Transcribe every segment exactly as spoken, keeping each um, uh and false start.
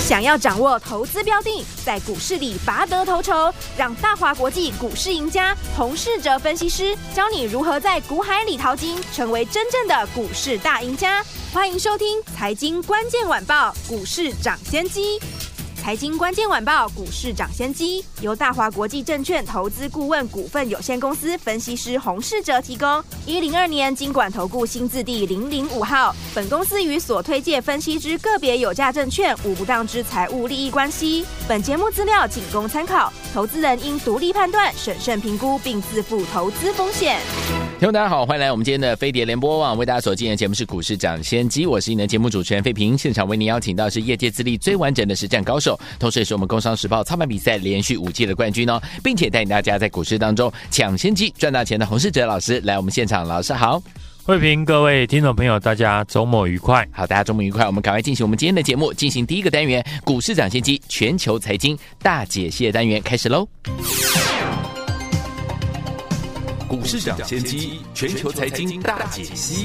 想要掌握投资标的，在股市里拔得头筹，让大华国际股市赢家洪士哲分析师教你如何在股海里淘金，成为真正的股市大赢家。欢迎收听财经关键晚报股市涨先机。财经关键晚报股市涨先机由大华国际证券投资顾问股份有限公司分析师洪士哲提供。一零二年金管投顾新字第零零五号。本公司与所推介分析之个别有价证券无不当之财务利益关系。本节目资料仅供参考，投资人应独立判断、审慎评估并自负投资风险。 听众大家好，欢迎来我们今天的飞碟联播网，为大家所进行的节目是股市涨先机，我是你的节目主持人费平。现场为您邀请到是业界资历最完整的实战高手，同时也是我们工商时报操盘比赛连续五届的冠军哦，并且带领大家在股市当中抢先机赚大钱的洪士哲老师来我们现场。老师好。 慧平，各位听众朋友，大家周末愉快。 好，大家周末愉快。我们赶快进行我们今天的节目，进行第一个单元股市涨先机全球财经大解析的单元开始喽。 股市涨先机全球财经大解析。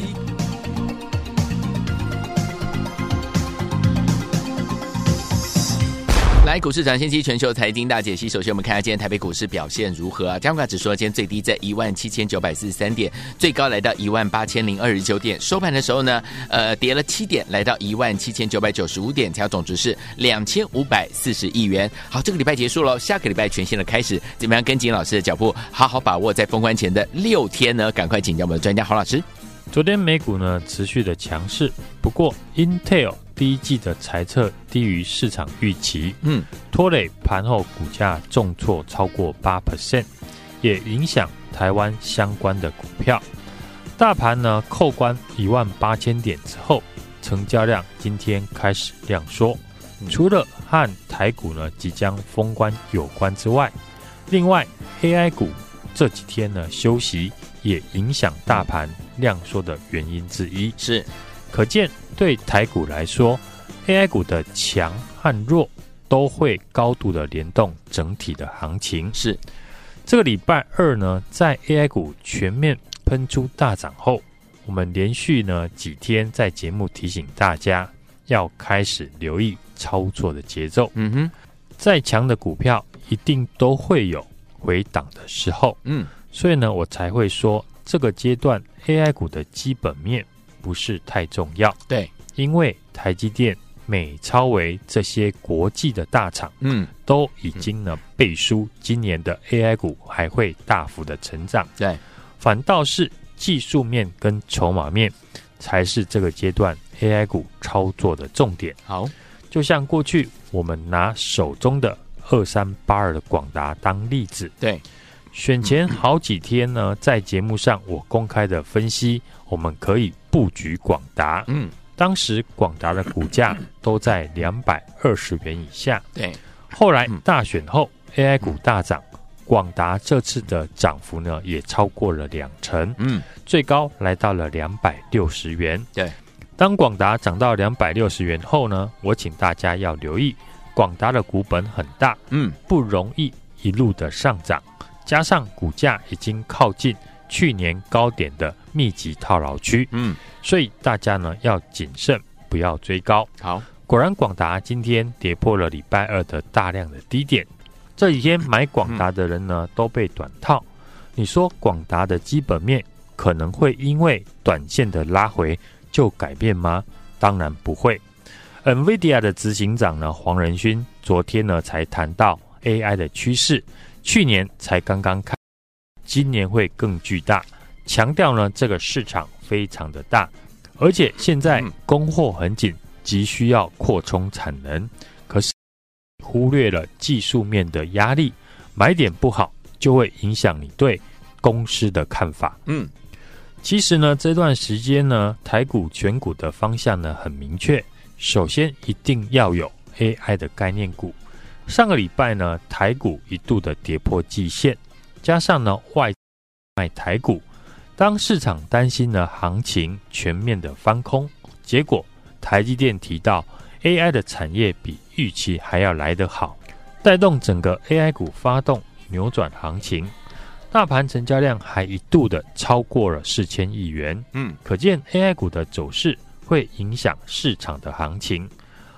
来，股市涨先机全球财经大解析。首先我们看一下今天台北股市表现如何啊？加权指数今天最低在一万七千九百四十三点，最高来到一万八千零二十九点，收盘的时候呢，呃，跌了七点，来到一万七千九百九十五点，成交总值是两千五百四十亿元。好，这个礼拜结束了，下个礼拜全新的开始，怎么样跟紧老师的脚步，好好把握在封关前的六天呢？赶快请教我们的专家郝老师。 昨天美股呢持续的强势，不过 Intel 第一季的财测低于市场预期，嗯，拖累盘后股价重挫超过 百分之八， 也影响台湾相关的股票。大盘呢扣关一万八千点之后，成交量今天开始量缩，除了和台股呢即将封关有关之外，另外 A I 股这几天呢休息，也影响大盘量缩的原因之一。 是， 可见对台股来说 A I 股的强和弱都会高度的联动整体的行情。 是， 这个礼拜二呢，在 A I 股全面喷出大涨后，我们连续呢几天在节目提醒大家要开始留意操作的节奏。嗯哼，再强的股票一定都会有回档的时候。嗯，所以呢，我才会说这个阶段 A I 股的基本面不是太重要。 对， 因为台积电、美超微这些国际的大厂，嗯，都已经呢背书，今年的 A I 股还会大幅的成长。 对， 反倒是技术面跟筹码面才是这个阶段 A I 股操作的重点。 好， 就像过去我们拿手中的二三八二的广达当例子， 对。 选前好几天呢，在节目上我公开的分析，我们可以布局广达。嗯，当时广达的股价都在两百二十元以下。 对， 后来大选后 A I 股大涨，广达这次的涨幅呢也超过了两成。嗯，最高来到了两百六十元。 对， 当广达涨到两百六十元后呢，我请大家要留意，广达的股本很大，嗯，不容易一路的上涨。加上股价已经靠近去年高点的密集套牢区，嗯，所以大家呢要谨慎，不要追高。 好， 果然广达今天跌破了礼拜二的大量的低点，这几天买广达的人呢、嗯、都被短套。你说广达的基本面可能会因为短线的拉回就改变吗？当然不会。NVIDIA 的执行长呢黄仁勋昨天呢才谈到 A I 的趋势。去年才刚刚开，今年会更巨大，强调呢这个市场非常的大，而且现在供货很紧，急需要扩充产能，可是忽略了技术面的压力，买点不好就会影响你对公司的看法。嗯，其实呢这段时间呢台股选股的方向呢很明确，首先一定要有 A I 的概念股。上个礼拜呢，台股一度的跌破季线，加上呢外卖台股，当市场担心呢行情全面的翻空，结果台积电提到 A I 的产业比预期还要来得好，带动整个 A I 股发动扭转行情，大盘成交量还一度的超过了四千亿元。嗯，可见 A I 股的走势会影响市场的行情。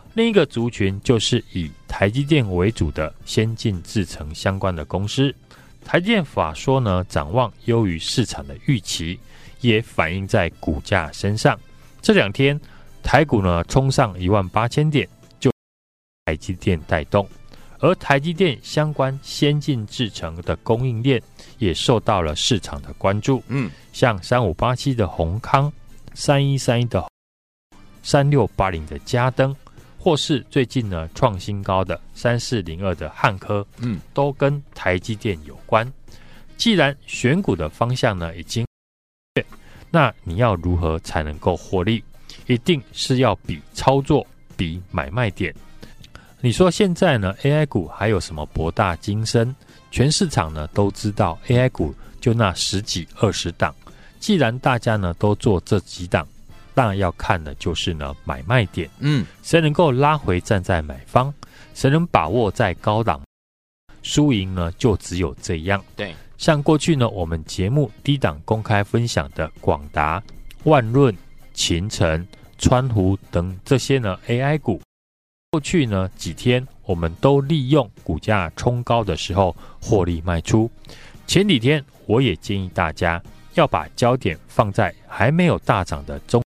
另一个族群就是以台积电为主的先进制程相关的公司。台积电法说呢，展望优于市场的预期，也反映在股价身上。这两天台股呢冲上一万八千点，就台积电带动，而台积电相关先进制程的供应链也受到了市场的关注。嗯，像三五八七的宏康、三一三一的三六八零的嘉登，或是最近呢创新高的三四零二的汉科，嗯，都跟台积电有关。既然选股的方向呢已经，那你要如何才能够获利？一定是要比操作，比买卖点。你说现在呢 A I 股还有什么博大精深？全市场呢都知道 A I 股就那十几二十档，既然大家呢都做这几档，当然要看的就是呢买卖点。嗯，谁能够拉回站在买方，谁能把握在高档，输赢呢就只有这样。 对， 像过去呢我们节目低档公开分享的广达、万润、勤诚、川湖等这些呢 A I 股，过去呢几天我们都利用股价冲高的时候获利卖出。前几天我也建议大家要把焦点放在还没有大涨的中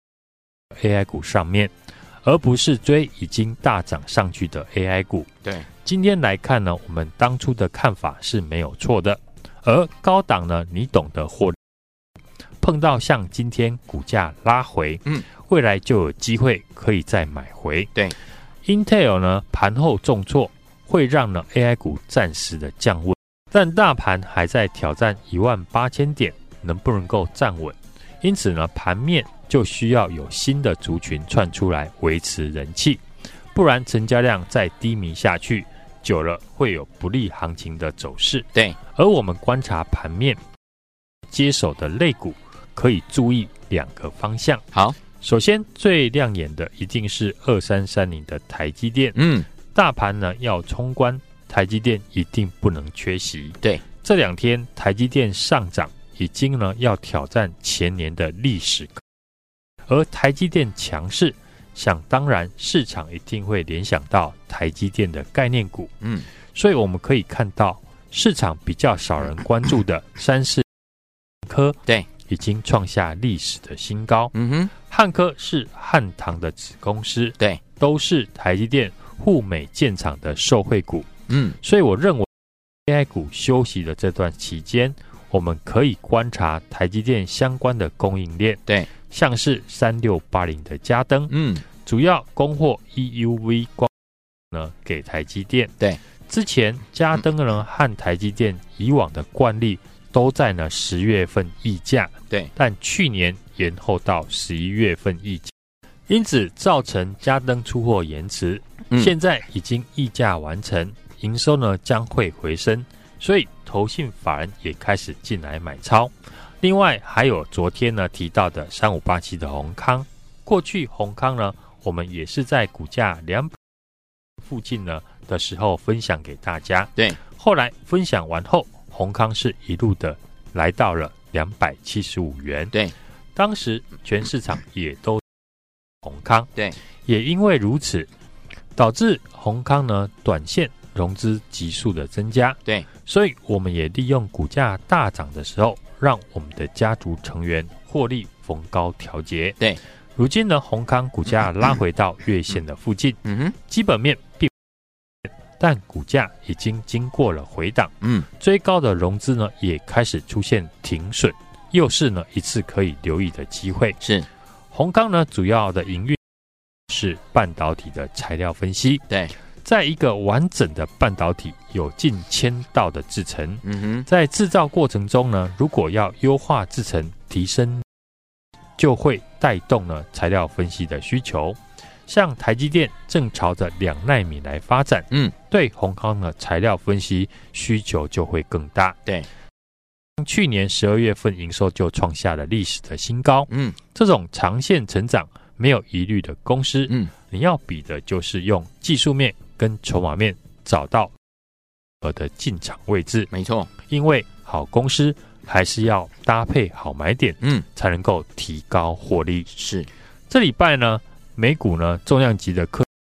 A I 股上面，而不是追已经大涨上去的 A I 股。 对， 今天来看呢，我们当初的看法是没有错的，而高档呢你懂得获利，碰到像今天股价拉回，嗯，未来就有机会可以再买回。 对， Intel 呢盘后重挫，会让呢 A I 股暂时的降温，但大盘还在挑战一万八千点，能不能够站稳？因此呢，盘面就需要有新的族群窜出来维持人气，不然成交量再低迷下去，久了会有不利行情的走势。 对， 而我们观察盘面接手的类股，可以注意两个方向。 好， 首先最亮眼的一定是二三三零的台积电。嗯，大盘呢要冲关，台积电一定不能缺席。 对， 这两天台积电上涨，已经呢要挑战前年的历史，而台积电强势，想当然市场一定会联想到台积电的概念股。嗯，所以我们可以看到市场比较少人关注的三四科， 对， 已经创下历史的新高。嗯哼，汉科是汉唐的子公司， 对， 都是台积电护美建厂的受惠股。嗯，所以我认为 A I 股休息的这段期间，我们可以观察台积电相关的供应链。 对， 像是三六八零的嘉登，嗯，主要供货 E U V 光呢给台积电。 对， 之前嘉登呢和台积电以往的惯例都在呢十月份议价， 对， 但去年延后到十一月份议价，因此造成嘉登出货延迟。嗯，现在已经议价完成，营收呢将会回升，所以投信法人也开始进来买超。另外还有昨天呢提到的三五八七的宏康，过去宏康呢我们也是在股价两百附近呢的时候分享给大家。 对， 后来分享完后，宏康是一路的来到了两百七十五元。 对， 当时全市场也都宏康， 对， 也因为如此，导致宏康呢短线融资急速的增加。 对， 所以我们也利用股价大涨的时候，让我们的家族成员获利逢高调节。 对， 如今呢，宏康股价拉回到月线的附近，嗯哼，基本面并但股价已经经过了回档，嗯，追高的融资呢也开始出现停损，又是呢一次可以留意的机会。 是， 宏康呢主要的营运是半导体的材料分析。 对， 在一个完整的半导体有近千道的制程，嗯哼，在制造过程中呢，如果要优化制程提升，就会带动呢材料分析的需求。像台积电正朝着两奈米来发展，嗯，对宏康的材料分析需求就会更大。 对， 去年十二月份营收就创下了历史的新高，嗯，这种长线成长没有疑虑的公司，嗯，你要比的就是用技术面跟筹码面找到我的进场位置。 没错， 因为好公司还是要搭配好买点，嗯，才能够提高获利。 是， 这礼拜呢，美股呢重量级的科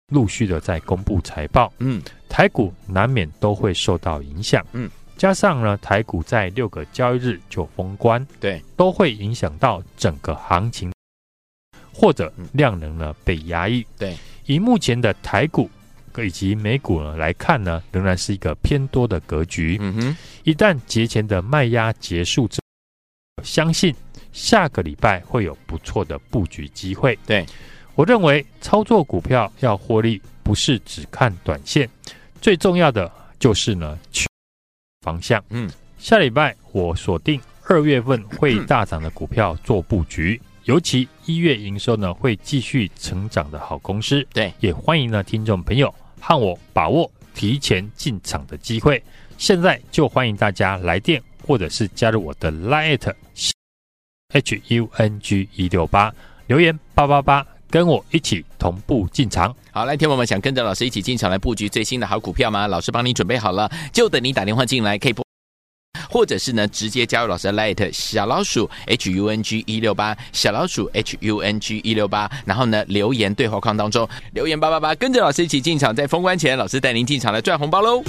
陆续的在公布财报， 嗯， 台股难免都会受到影响， 嗯， 加上呢台股在六个交易日就封关， 对， 都会影响到整个行情，或者量能呢被压抑， 对， 以目前的台股以及美股呢来看呢，仍然是一个偏多的格局。 嗯哼， 一旦节前的卖压结束之后，相信下个礼拜会有不错的布局机会。 对， 我认为操作股票要获利，不是只看短线，最重要的就是呢去方向。 嗯， 下礼拜我锁定二月份会大涨的股票做布局。嗯，尤其一月营收呢会继续成长的好公司， 对，也欢迎呢听众朋友和我把握提前进场的机会。现在就欢迎大家来电或者是加入我的 Line H U N G 一六八留言八八八，跟我一起同步进场。 好，来，听我们想跟着老师一起进场来布局最新的好股票吗？老师帮你准备好了，就等你打电话进来，可以拨。或者是呢，直接加入老师的 Light 小老鼠 H U N G 一六八 小老鼠 H U N G 一六八，然后呢留言对话框当中留言八八八，跟着老师一起进场，在封关前，老师带您进场来赚红包喽。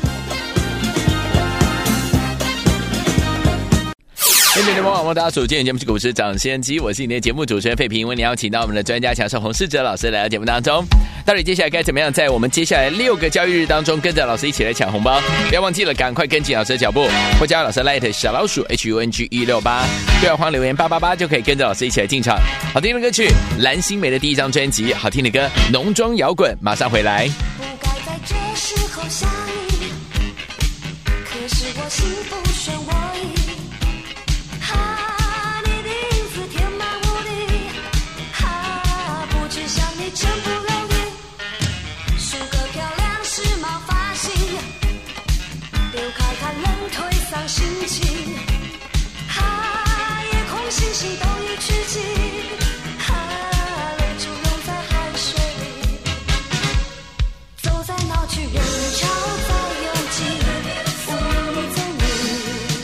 今天的网络大家所见节目是股市涨先机，我是你的节目主持人费平，为你邀请到我们的专家强势洪世哲老师来到节目当中。到底接下来该怎么样在我们接下来六个交易日当中跟着老师一起来抢红包？不要忘记了，赶快跟紧老师的脚步，或加入老师 Light 小老鼠 H U N G 一六八，对话框留言八八八就可以跟着老师一起来进场。好听的歌曲，蓝心湄的第一张专辑，好听的歌，浓妆摇滚，马上回来。 不该在这时候想你，可是我心不顺我意。心情，哈，夜空星星都已趋近，哈，泪珠涌在汗水里，走在闹区人潮在拥挤，无你踪影，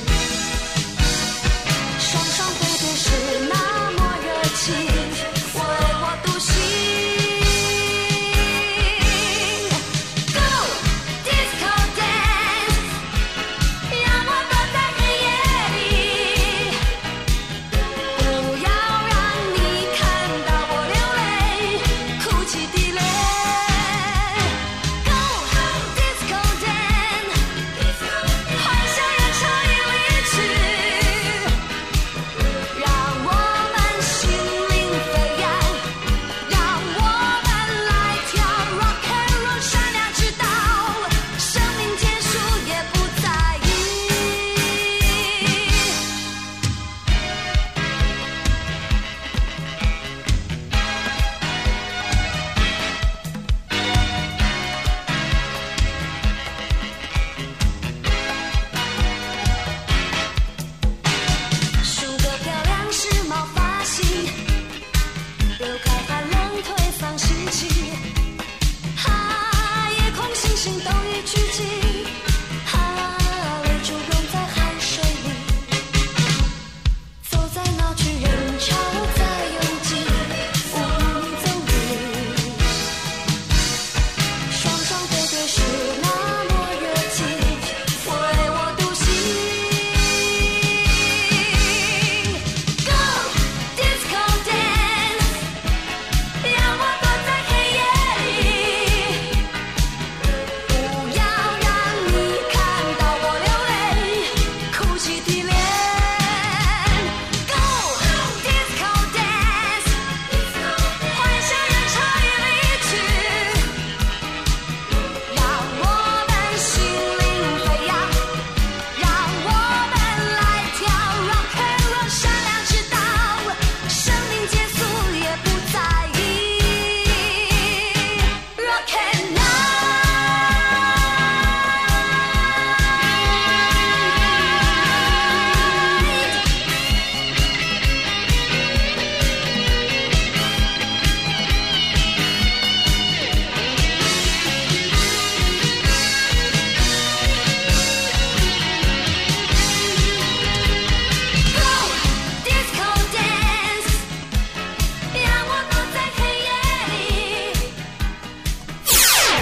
双双背对是那么热情，为我独行。Go disco dance， 让我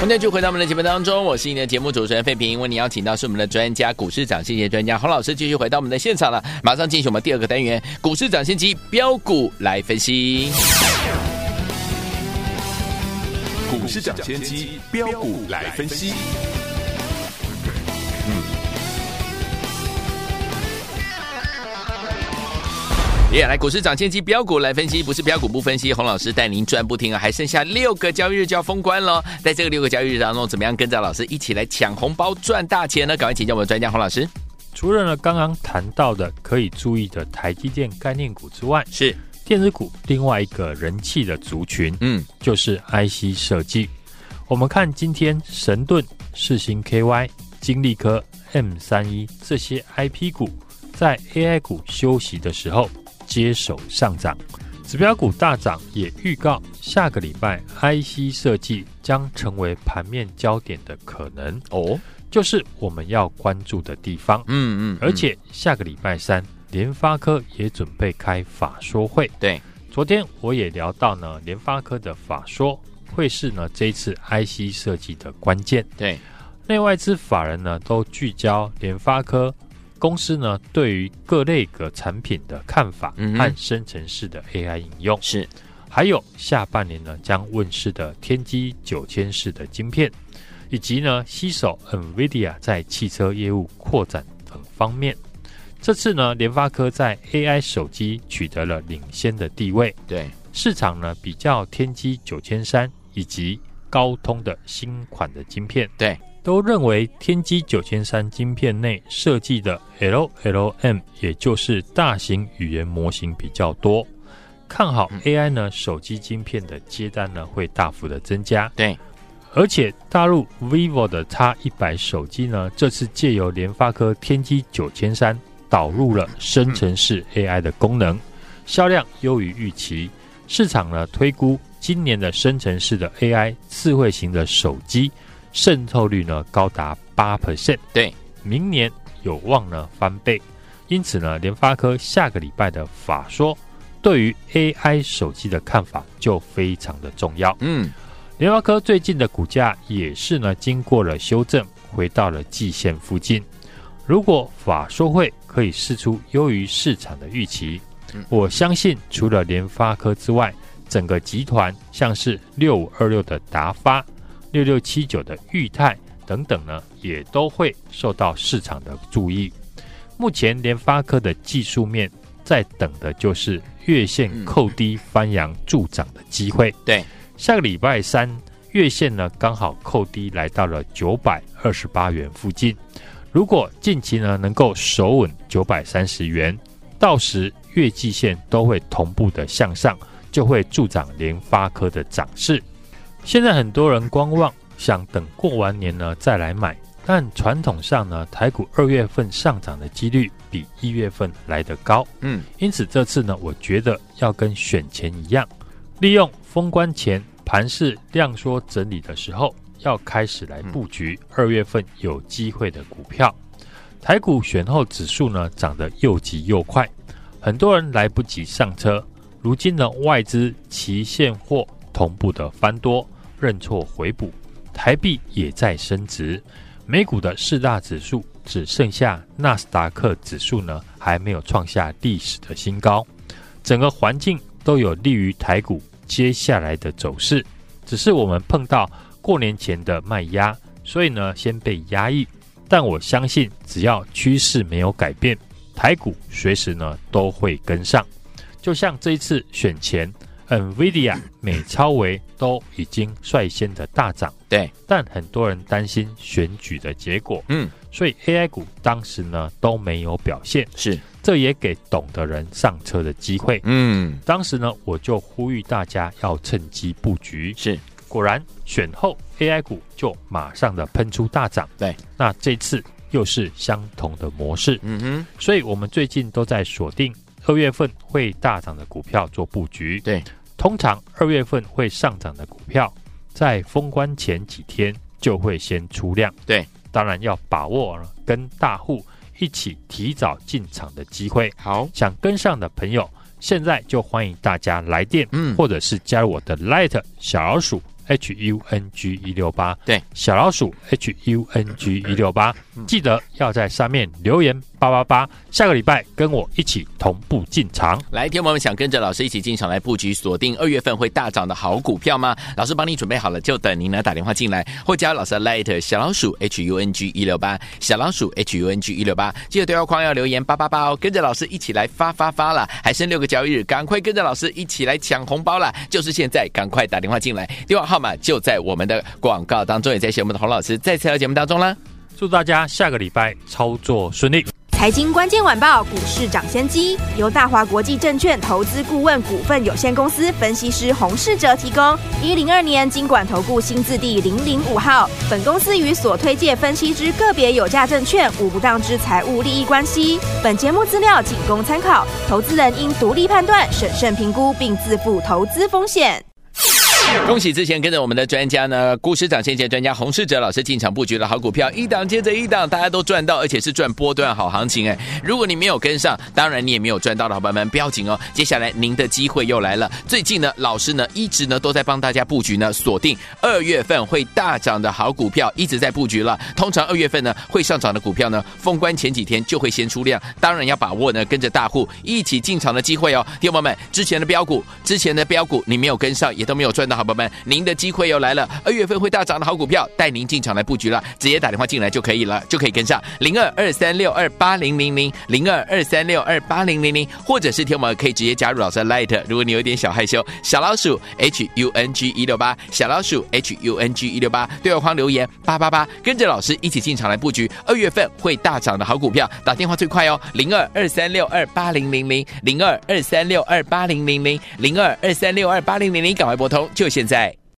欢迎继续回到我们的节目当中，我是你的节目主持人费平。为你邀请到是我们的专家股市涨先机专家洪老师，继续回到我们的现场了。马上进行我们第二个单元，股市涨先机标股来分析。 股市涨先机标股来分析。 也、yeah, 来股市涨先机标股来分析，不是标股不分析，洪老师带您赚不停啊！还剩下六个交易日就要封关了，在这个六个交易日当中，怎么样跟着老师一起来抢红包赚大钱呢？赶快请教我们的专家洪老师。 除了呢刚刚谈到的可以注意的台积电概念股之外， 是电子股另外一个人气的族群，嗯，就是 I C 设计。我们看今天神盾、世芯 K Y、金利科、M 三十一 这些 I P 股在 A I 股休息的时候接手上涨，指标股大涨，也预告下个礼拜 I C 设计将成为盘面焦点的可能哦，就是我们要关注的地方。嗯 嗯, 嗯，而且下个礼拜三，联发科也准备开法说会。 对， 昨天我也聊到呢，联发科的法说会是呢这一次 I C 设计的关键。 对， 内外资法人呢都聚焦联发科公司呢对于各类个产品的看法和生成式的 A I 应用， 是还有下半年呢将问世的天玑九千式的晶片，以及呢携手 NVIDIA 在汽车业务扩展等方面。这次呢联发科在 A I 手机取得了领先的地位， 对市场呢比较天玑九千三以及高通的新款的晶片， 对都认为天玑九千三晶片内设计的 L L M 也就是大型语言模型比较多，看好 A I 呢手机晶片的接单呢会大幅的增加。 对， 而且大陆 vivo 的 X 一百 手机呢这次借由联发科天玑九千三导入了生成式 A I 的功能，销量优于预期，市场呢推估今年的生成式的 A I 智慧型的手机渗透率呢高达 百分之八， 对， 明年有望呢翻倍。因此呢联发科下个礼拜的法说对于 A I 手机的看法就非常的重要。嗯，联发科最近的股价也是呢经过了修正，回到了季线附近。如果法说会可以释出优于市场的预期，我相信除了联发科之外，整个集团像是六五二六的达发、六六七九的裕泰等等呢，也都会受到市场的注意。目前联发科的技术面在等的就是月线扣低翻扬助涨的机会。 对， 下个礼拜三月线呢刚好扣低来到了九百二十八元附近，如果近期呢能够守稳九百三十元，到时月季线都会同步的向上，就会助长联发科的涨势。现在很多人观望，想等过完年呢再来买，但传统上呢台股二月份上涨的几率比一月份来得高。嗯，因此这次呢我觉得要跟选前一样，利用封关前盘势量缩整理的时候，要开始来布局二月份有机会的股票。台股选后指数呢涨得又急又快，很多人来不及上车，如今呢外资期现货同步的翻多，认错回补，台币也在升值，美股的四大指数只剩下纳斯达克指数呢还没有创下历史的新高，整个环境都有利于台股接下来的走势，只是我们碰到过年前的卖压，所以呢先被压抑，但我相信只要趋势没有改变，台股随时呢都会跟上。就像这一次选前 NVIDIA 美超微都已经率先的大涨， 对， 但很多人担心选举的结果，嗯，所以 A I 股当时呢都没有表现， 是， 这也给懂的人上车的机会。嗯，当时呢我就呼吁大家要趁机布局， 是， 果然选后 A I 股就马上的喷出大涨， 对， 那这次又是相同的模式，嗯哼，所以我们最近都在锁定二月份会大涨的股票做布局， 对， 通常二月份会上涨的股票，在封关前几天就会先出量， 对， 当然要把握了跟大户一起提早进场的机会。 好， 想跟上的朋友，现在就欢迎大家来电，嗯，或者是加入我的 Light 小老鼠 H U N G 一六八， 对， 小老鼠 H U N G 一六八，记得要在上面留言八八八，下个礼拜跟我一起同步进场。 来，听我们想跟着老师一起进场来布局锁定二月份会大涨的好股票吗？老师帮你准备好了，就等您呢打电话进来，或加入老师的 Light 小老鼠 H U N G 一六八，小老鼠 H U N G 一六八，记得对话框要留言八八八哦，跟着老师一起来发发发啦，还剩六个交易日，赶快跟着老师一起来抢红包啦！就是现在，赶快打电话进来，电话号码就在我们的广告当中，也在谢我们的洪老师再次来节目当中啦。 祝大家下个礼拜操作顺利。 财经关键晚报股市涨先机由大华国际证券投资顾问股份有限公司分析师洪士哲提供。一零二年金管投顾新字第零零五号。本公司与所推介分析之个别有价证券无不当之财务利益关系。本节目资料仅供参考，投资人应独立判断、审慎评估，并自负投资风险。 恭喜之前跟着我们的专家呢，股市涨先见专家洪士哲老师进场布局的好股票，一档接着一档，大家都赚到，而且是赚波段好行情哎。如果你没有跟上，当然你也没有赚到的好朋友们，不要紧哦。接下来您的机会又来了。最近呢，老师呢一直呢都在帮大家布局呢，锁定二月份会大涨的好股票，一直在布局了。通常二月份呢会上涨的股票呢，封关前几天就会先出量，当然要把握呢跟着大户一起进场的机会哦。听众朋友们，之前的标股，之前的标股你没有跟上，也都没有赚到。好朋友们，您的机会又来了，二月份会大涨的好股票，带您进场来布局了，直接打电话进来就可以了，就可以跟上零二二三六二八零零零零二二三六二八零零零，或者是听我们可以直接加入老师的 Light， 如果你有一点小害羞，小老鼠 H U N G 一六八，小老鼠 H U N G 一六八，对话框留言八八八，跟着老师一起进场来布局二月份会大涨的好股票，打电话最快哦，零二二三六二八零零零零二二三六二八零零零零二二三六二八零零零，赶快拨通，就现在。